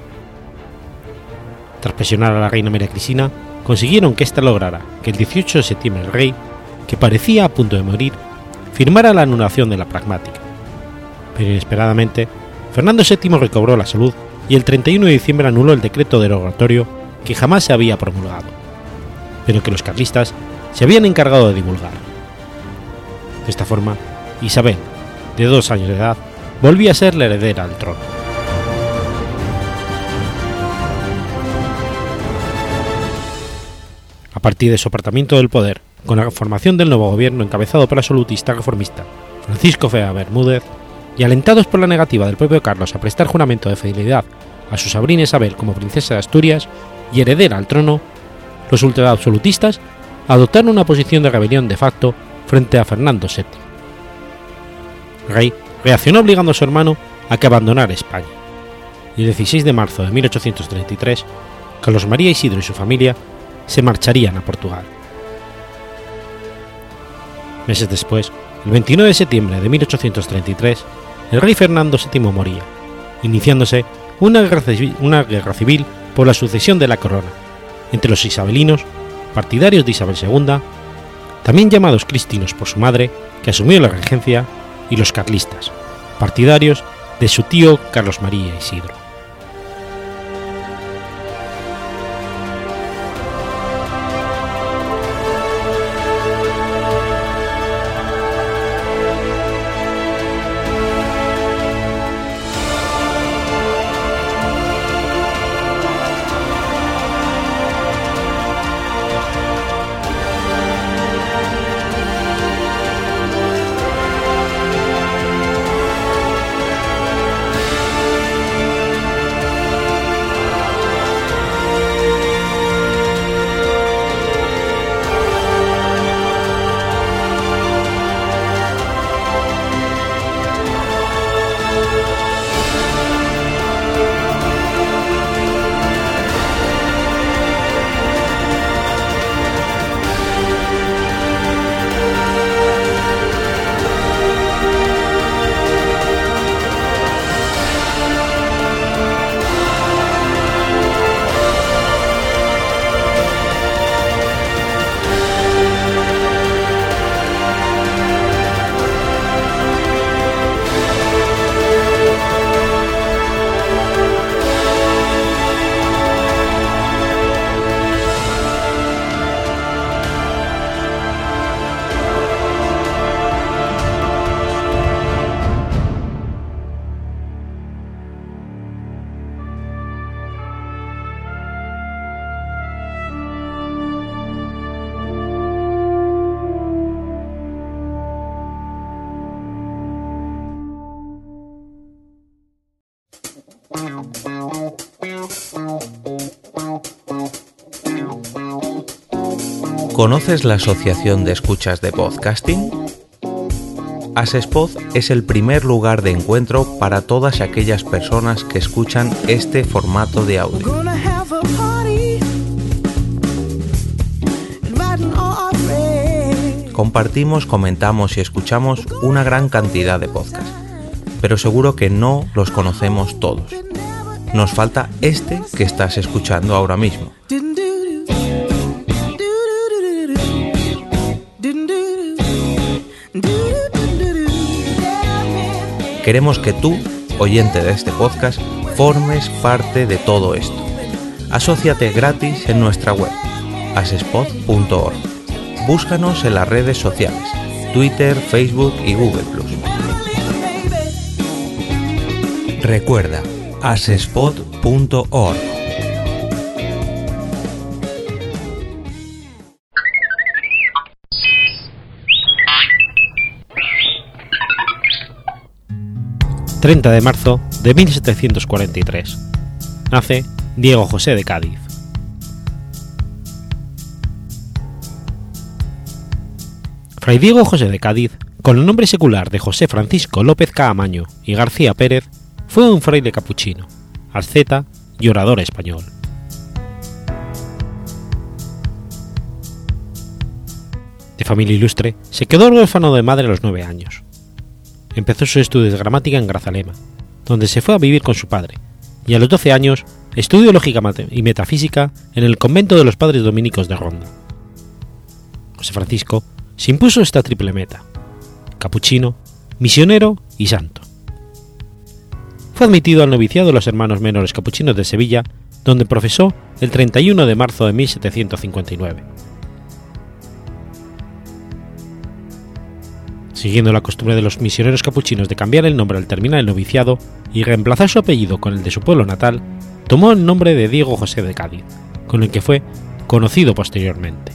Speaker 1: Tras presionar a la reina María Cristina, consiguieron que ésta lograra que el 18 de septiembre el rey, que parecía a punto de morir, firmara la anulación de la pragmática. Pero inesperadamente, Fernando VII recobró la salud y el 31 de diciembre anuló el decreto derogatorio que jamás se había promulgado, pero que los carlistas se habían encargado de divulgar. De esta forma, Isabel, de 2 años de edad, volvía a ser la heredera al trono. A partir de su apartamiento del poder, con la formación del nuevo gobierno encabezado por el absolutista reformista Francisco Fea Bermúdez, y alentados por la negativa del propio Carlos a prestar juramento de fidelidad a su sobrina Isabel como princesa de Asturias y heredera al trono, los ultraabsolutistas adoptaron una posición de rebelión de facto frente a Fernando VII. El rey reaccionó obligando a su hermano a que abandonara España, y el 16 de marzo de 1833, Carlos María Isidro y su familia se marcharían a Portugal. Meses después, el 29 de septiembre de 1833, el rey Fernando VII moría, iniciándose una guerra civil por la sucesión de la corona entre los isabelinos, partidarios de Isabel II, también llamados cristinos por su madre, que asumió la regencia, y los carlistas, partidarios de su tío Carlos María Isidro.
Speaker 2: ¿Conoces la Asociación de Escuchas de Podcasting? Asespod es el primer lugar de encuentro para todas aquellas personas que escuchan este formato de audio. Compartimos, comentamos y escuchamos una gran cantidad de podcasts, pero seguro que no los conocemos todos. Nos falta este que estás escuchando ahora mismo. Queremos que tú, oyente de este podcast, formes parte de todo esto. Asóciate gratis en nuestra web, asespod.org. Búscanos en las redes sociales, Twitter, Facebook y Google+. Recuerda, asespod.org.
Speaker 1: ...30 de marzo de 1743... nace Diego José de Cádiz. Fray Diego José de Cádiz, con el nombre secular de José Francisco López Caamaño y García Pérez, fue un fraile capuchino, asceta y orador español. De familia ilustre, se quedó huérfano de madre a los 9 años. Empezó sus estudios de gramática en Grazalema, donde se fue a vivir con su padre, y a los 12 años estudió lógica y metafísica en el convento de los padres dominicos de Ronda. José Francisco se impuso esta triple meta: capuchino, misionero y santo. Fue admitido al noviciado de los hermanos menores capuchinos de Sevilla, donde profesó el 31 de marzo de 1759. Siguiendo la costumbre de los misioneros capuchinos de cambiar el nombre al terminar el noviciado y reemplazar su apellido con el de su pueblo natal, tomó el nombre de Diego José de Cádiz, con el que fue conocido posteriormente.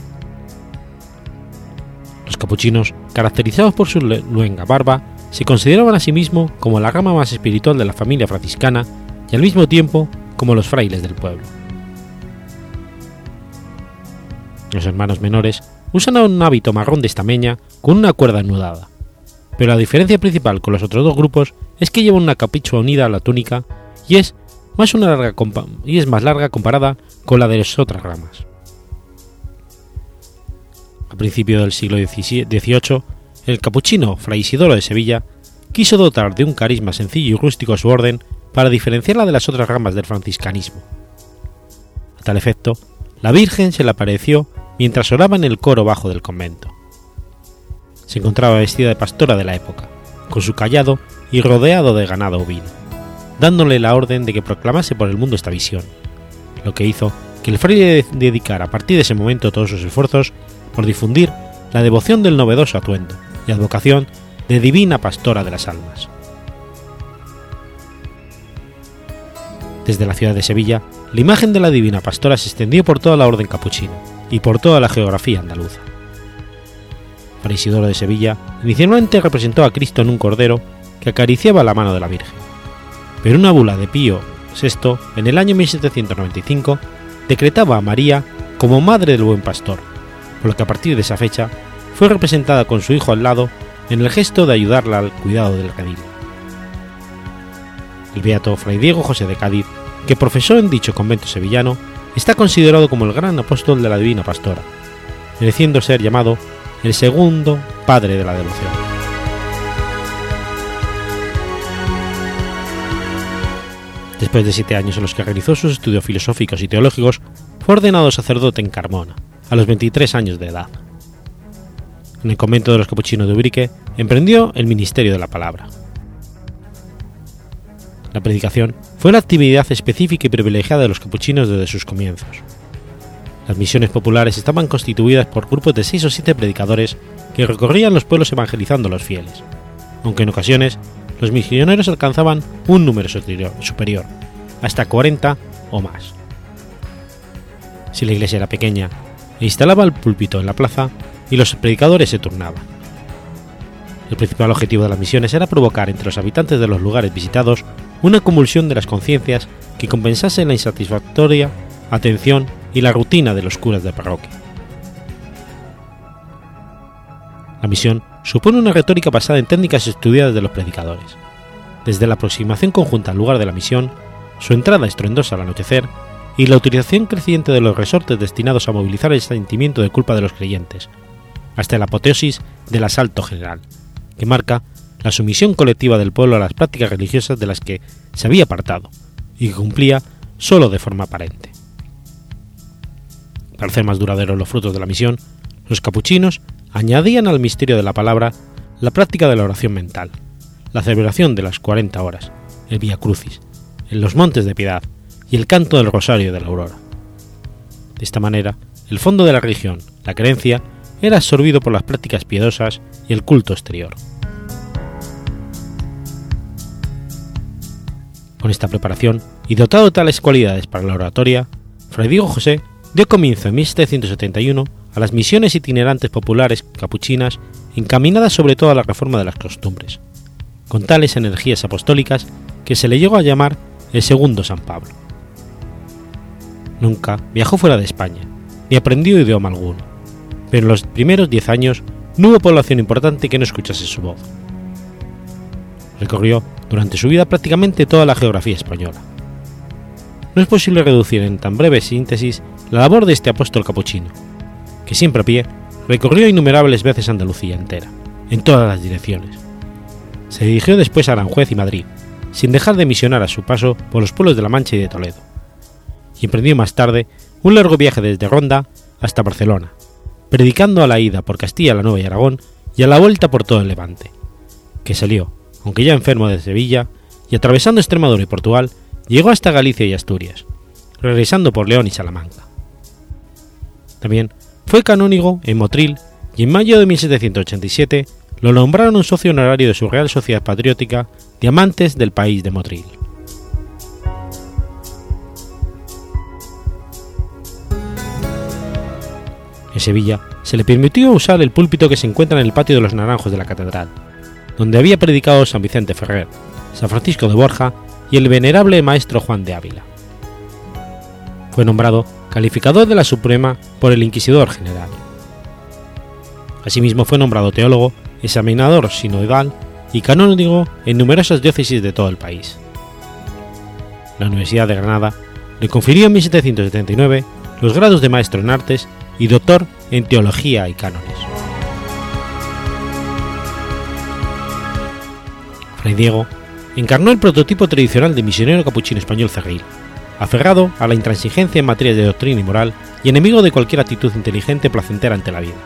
Speaker 1: Los capuchinos, caracterizados por su luenga barba, se consideraban a sí mismos como la rama más espiritual de la familia franciscana y al mismo tiempo como los frailes del pueblo. Los hermanos menores usan un hábito marrón de estameña con una cuerda anudada, pero la diferencia principal con los otros dos grupos es que llevan una capucha unida a la túnica y es más larga comparada con la de las otras ramas. A principios del siglo XVIII, el capuchino Fray Isidoro de Sevilla quiso dotar de un carisma sencillo y rústico a su orden para diferenciarla de las otras ramas del franciscanismo. A tal efecto, la Virgen se le apareció mientras oraba en el coro bajo del convento. Se encontraba vestida de pastora de la época, con su cayado y rodeado de ganado ovino, dándole la orden de que proclamase por el mundo esta visión, lo que hizo que el fraile dedicara a partir de ese momento todos sus esfuerzos por difundir la devoción del novedoso atuendo y advocación de divina pastora de las almas. Desde la ciudad de Sevilla, la imagen de la divina pastora se extendió por toda la orden capuchina y por toda la geografía andaluza. Fray Isidoro de Sevilla inicialmente representó a Cristo en un cordero que acariciaba la mano de la Virgen, pero una bula de Pío VI en el año 1795 decretaba a María como madre del buen pastor, por lo que a partir de esa fecha fue representada con su hijo al lado en el gesto de ayudarla al cuidado del redil. El beato Fray Diego José de Cádiz, que profesó en dicho convento sevillano, está considerado como el gran apóstol de la divina pastora, mereciendo ser llamado el segundo padre de la devoción. Después de 7 años en los que realizó sus estudios filosóficos y teológicos, fue ordenado sacerdote en Carmona, a los 23 años de edad. En el convento de los capuchinos de Ubrique emprendió el ministerio de la palabra. La predicación fue la actividad específica y privilegiada de los capuchinos desde sus comienzos. Las misiones populares estaban constituidas por grupos de 6 o 7 predicadores que recorrían los pueblos evangelizando a los fieles, aunque en ocasiones los misioneros alcanzaban un número superior, hasta 40 o más. Si la iglesia era pequeña, instalaba el púlpito en la plaza y los predicadores se turnaban. El principal objetivo de las misiones era provocar entre los habitantes de los lugares visitados una convulsión de las conciencias que compensase la insatisfactoria atención y la rutina de los curas de parroquia. La misión supone una retórica basada en técnicas estudiadas de los predicadores, desde la aproximación conjunta al lugar de la misión, su entrada estruendosa al anochecer y la utilización creciente de los resortes destinados a movilizar el sentimiento de culpa de los creyentes, hasta la apoteosis del asalto general, que marca la sumisión colectiva del pueblo a las prácticas religiosas de las que se había apartado y que cumplía solo de forma aparente. Para hacer más duraderos los frutos de la misión, los capuchinos añadían al misterio de la palabra la práctica de la oración mental, la celebración de las 40 horas, el Vía Crucis, en los Montes de Piedad y el canto del Rosario de la Aurora. De esta manera, el fondo de la religión, la creencia, era absorbido por las prácticas piadosas y el culto exterior. Con esta preparación y dotado de tales cualidades para la oratoria, Fray Diego José dio comienzo en 1771 a las misiones itinerantes populares capuchinas encaminadas sobre todo a la reforma de las costumbres, con tales energías apostólicas que se le llegó a llamar el segundo San Pablo. Nunca viajó fuera de España, ni aprendió idioma alguno, pero en los primeros 10 años no hubo población importante que no escuchase su voz. Recorrió durante su vida prácticamente toda la geografía española. No es posible reducir en tan breve síntesis la labor de este apóstol capuchino, que siempre a pie recorrió innumerables veces Andalucía entera, en todas las direcciones. Se dirigió después a Aranjuez y Madrid, sin dejar de misionar a su paso por los pueblos de La Mancha y de Toledo, y emprendió más tarde un largo viaje desde Ronda hasta Barcelona, predicando a la ida por Castilla la Nueva y Aragón y a la vuelta por todo el Levante, que salió, aunque ya enfermo, de Sevilla, y atravesando Extremadura y Portugal, llegó hasta Galicia y Asturias, regresando por León y Salamanca. También fue canónigo en Motril y en mayo de 1787 lo nombraron un socio honorario de su Real Sociedad Patriótica de Amantes del País de Motril. En Sevilla se le permitió usar el púlpito que se encuentra en el patio de los Naranjos de la Catedral, donde había predicado San Vicente Ferrer, San Francisco de Borja y el venerable maestro Juan de Ávila. Fue nombrado calificador de la Suprema por el Inquisidor General. Asimismo fue nombrado teólogo, examinador sinodal y canónigo en numerosas diócesis de todo el país. La Universidad de Granada le confirió en 1779 los grados de maestro en artes y doctor en teología y cánones. Fray Diego encarnó el prototipo tradicional de misionero capuchino español cerril, aferrado a la intransigencia en materia de doctrina y moral y enemigo de cualquier actitud inteligente placentera ante la vida.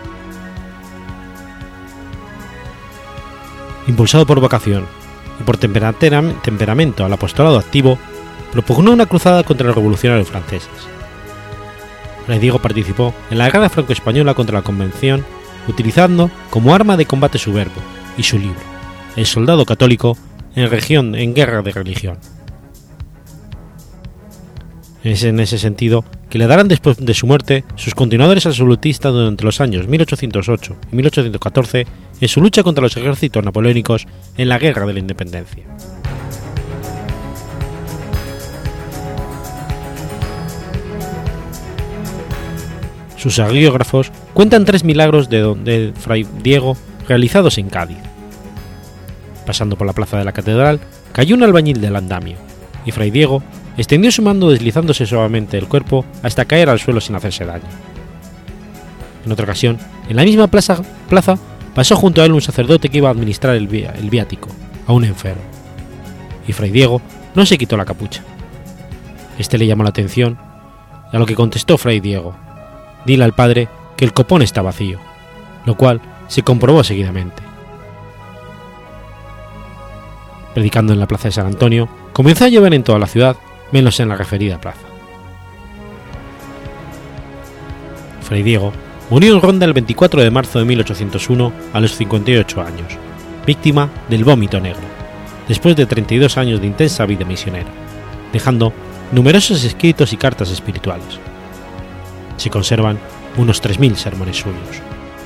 Speaker 1: Impulsado por vocación y por temperamento al apostolado activo, propugnó una cruzada contra los revolucionarios franceses. Fray Diego participó en la guerra franco-española contra la Convención, utilizando como arma de combate su verbo y su libro, El soldado católico en guerra de religión. Es en ese sentido que le darán después de su muerte sus continuadores absolutistas durante los años 1808 y 1814 en su lucha contra los ejércitos napoleónicos en la Guerra de la Independencia. Sus hagiógrafos cuentan 3 milagros de Fray Diego realizados en Cádiz. Pasando por la plaza de la catedral, cayó un albañil del andamio, y Fray Diego extendió su mano deslizándose suavemente el cuerpo hasta caer al suelo sin hacerse daño. En otra ocasión, en la misma plaza pasó junto a él un sacerdote que iba a administrar el viático a un enfermo, y Fray Diego no se quitó la capucha. Este le llamó la atención, a lo que contestó Fray Diego: «Dile al padre que el copón está vacío», lo cual se comprobó seguidamente. Predicando en la plaza de San Antonio, comenzó a llover en toda la ciudad, menos en la referida plaza. Fray Diego murió en Ronda el 24 de marzo de 1801 a los 58 años, víctima del vómito negro, después de 32 años de intensa vida misionera, dejando numerosos escritos y cartas espirituales. Se conservan unos 3.000 sermones suyos.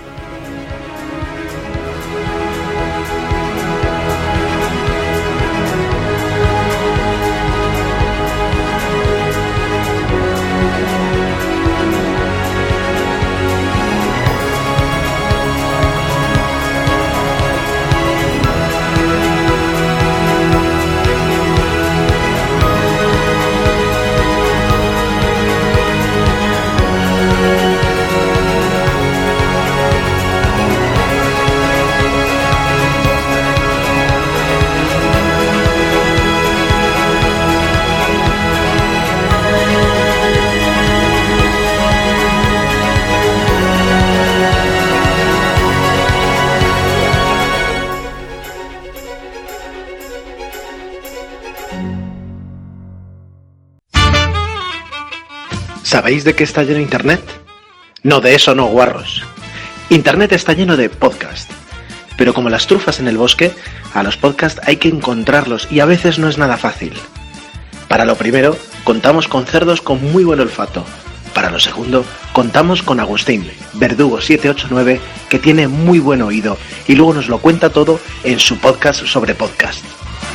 Speaker 3: ¿Sabéis de qué está lleno Internet? No, de eso no, guarros. Internet está lleno de podcasts. Pero como las trufas en el bosque, a los podcasts hay que encontrarlos y a veces no es nada fácil. Para lo primero, contamos con cerdos con muy buen olfato. Para lo segundo, contamos con Agustín, Verdugo 789, que tiene muy buen oído y luego nos lo cuenta todo en su podcast sobre podcast.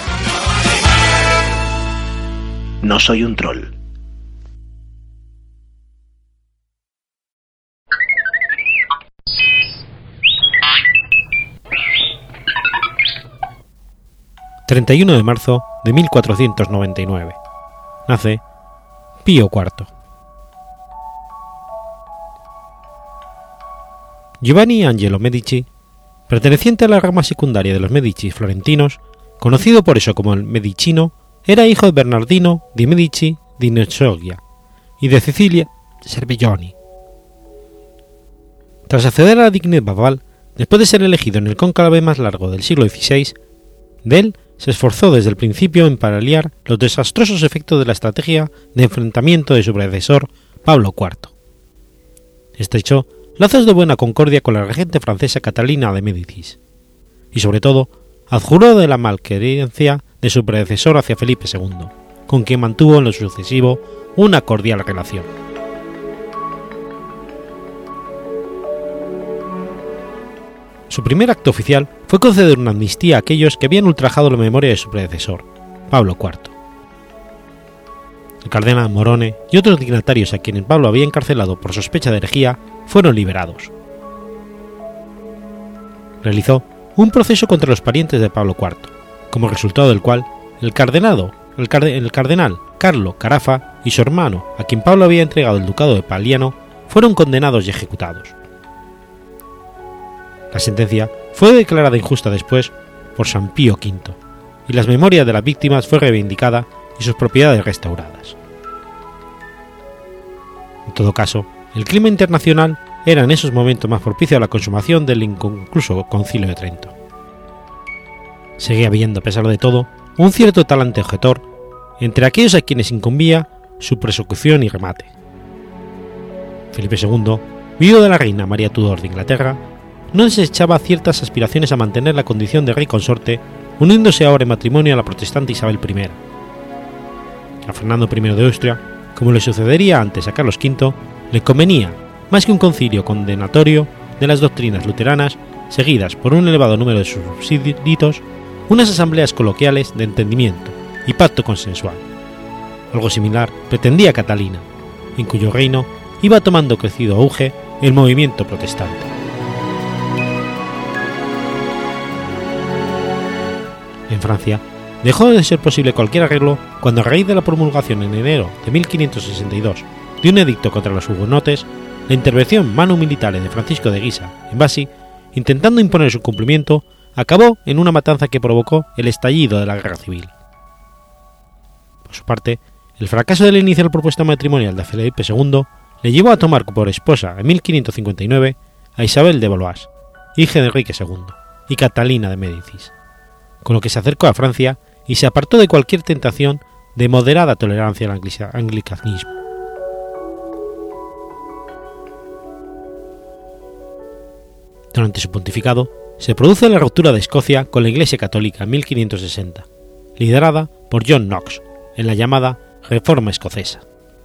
Speaker 3: No soy un troll.
Speaker 1: 31 de marzo de 1499. Nace Pío IV. Giovanni Angelo Medici, perteneciente a la rama secundaria de los Medici florentinos, conocido por eso como el Medicino, era hijo de Bernardino di Medici di Nesoglia y de Cecilia Cervelloni. Tras acceder a la dignidad papal, después de ser elegido en el cónclave más largo del siglo XVI, de él se esforzó desde el principio en paliar los desastrosos efectos de la estrategia de enfrentamiento de su predecesor Pablo IV. Estrechó lazos de buena concordia con la regente francesa Catalina de Médicis, y sobre todo adjuró de la malquerencia de su predecesor hacia Felipe II, con quien mantuvo en lo sucesivo una cordial relación. Su primer acto oficial fue conceder una amnistía a aquellos que habían ultrajado la memoria de su predecesor, Pablo IV. El cardenal Morone y otros dignatarios a quienes Pablo había encarcelado por sospecha de herejía fueron liberados. Realizó un proceso contra los parientes de Pablo IV, como resultado del cual el cardenal Carlo Carafa y su hermano, a quien Pablo había entregado el ducado de Paliano, fueron condenados y ejecutados. La sentencia fue declarada injusta después por San Pío V, y las memorias de las víctimas fue reivindicada y sus propiedades restauradas. En todo caso, el clima internacional era en esos momentos más propicio a la consumación del inconcluso Concilio de Trento. Seguía habiendo, a pesar de todo, un cierto talante objetor entre aquellos a quienes incumbía su persecución y remate. Felipe II, viudo de la reina María Tudor de Inglaterra, no desechaba ciertas aspiraciones a mantener la condición de rey consorte, uniéndose ahora en matrimonio a la protestante Isabel I. A Fernando I de Austria, como le sucedería antes a Carlos V, le convenía, más que un concilio condenatorio de las doctrinas luteranas, seguidas por un elevado número de súbditos, unas asambleas coloquiales de entendimiento y pacto consensual. Algo similar pretendía Catalina, en cuyo reino iba tomando crecido auge el movimiento protestante. En Francia, dejó de ser posible cualquier arreglo cuando, a raíz de la promulgación en enero de 1562 de un edicto contra los hugonotes, la intervención manu militare de Francisco de Guisa en Basi, intentando imponer su cumplimiento, acabó en una matanza que provocó el estallido de la guerra civil. Por su parte, el fracaso de la inicial propuesta matrimonial de Felipe II le llevó a tomar por esposa en 1559 a Isabel de Valois, hija de Enrique II, y Catalina de Médicis, con lo que se acercó a Francia y se apartó de cualquier tentación de moderada tolerancia al anglicanismo. Durante su pontificado, se produce la ruptura de Escocia con la Iglesia Católica en 1560, liderada por John Knox, en la llamada Reforma Escocesa.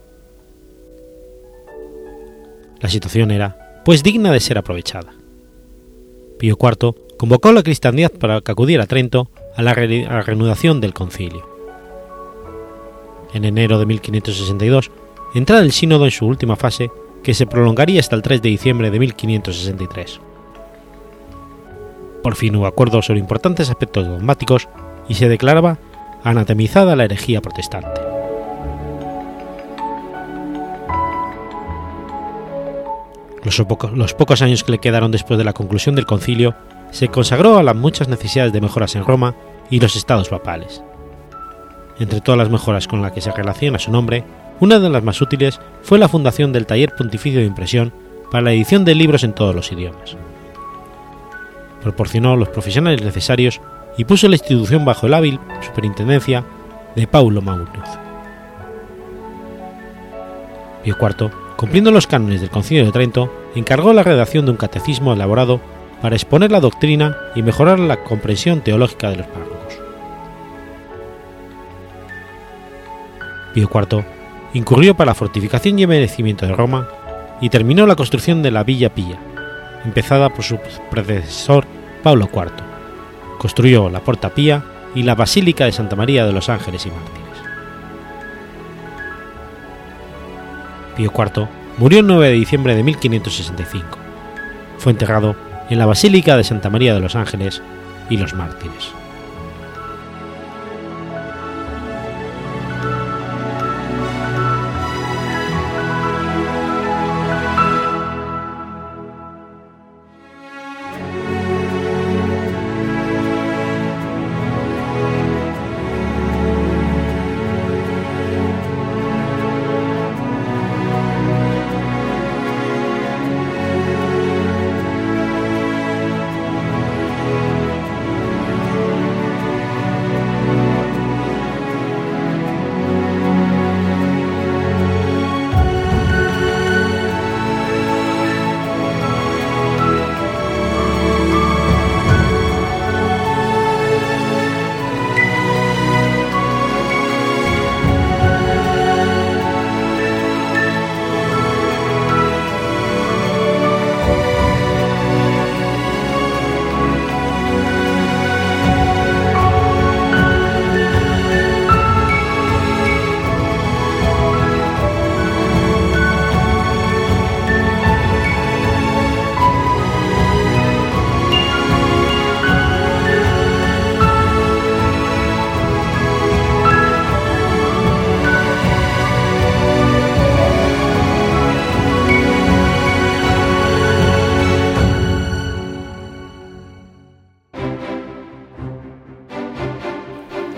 Speaker 1: La situación era, pues, digna de ser aprovechada. Pío IV convocó a la cristiandad para que acudiera a Trento a la reanudación del concilio. En enero de 1562, entraba el sínodo en su última fase, que se prolongaría hasta el 3 de diciembre de 1563. Por fin hubo acuerdo sobre importantes aspectos dogmáticos y se declaraba anatemizada la herejía protestante. Los pocos años que le quedaron después de la conclusión del concilio se consagró a las muchas necesidades de mejoras en Roma y los estados papales. Entre todas las mejoras con las que se relaciona su nombre, una de las más útiles fue la fundación del Taller Pontificio de Impresión para la edición de libros en todos los idiomas. Proporcionó los profesionales necesarios y puso la institución bajo el hábil superintendencia de Paulo Magnus. Pío IV, cumpliendo los cánones del Concilio de Trento, encargó la redacción de un catecismo elaborado para exponer la doctrina y mejorar la comprensión teológica de los párrocos. Pío IV incurrió para la fortificación y embellecimiento de Roma y terminó la construcción de la Villa Pía, empezada por su predecesor Pablo IV. Construyó la Porta Pía y la Basílica de Santa María de los Ángeles y Mártires. Pío IV murió el 9 de diciembre de 1565. Fue enterrado en la Basílica de Santa María de los Ángeles y los Mártires.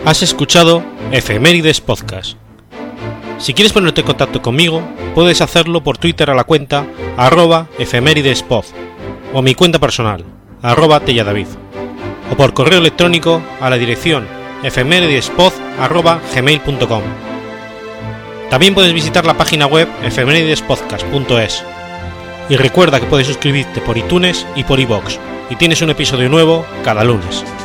Speaker 1: Has escuchado Efemérides Podcast. Si quieres ponerte en contacto conmigo, puedes hacerlo por Twitter a la cuenta @efemeridespod o mi cuenta personal @telladavid, o por correo electrónico a la dirección efemeridespod@gmail.com. También puedes visitar la página web efemeridespodcast.es. Y recuerda que puedes suscribirte por iTunes y por iVoox, y tienes un episodio nuevo cada lunes.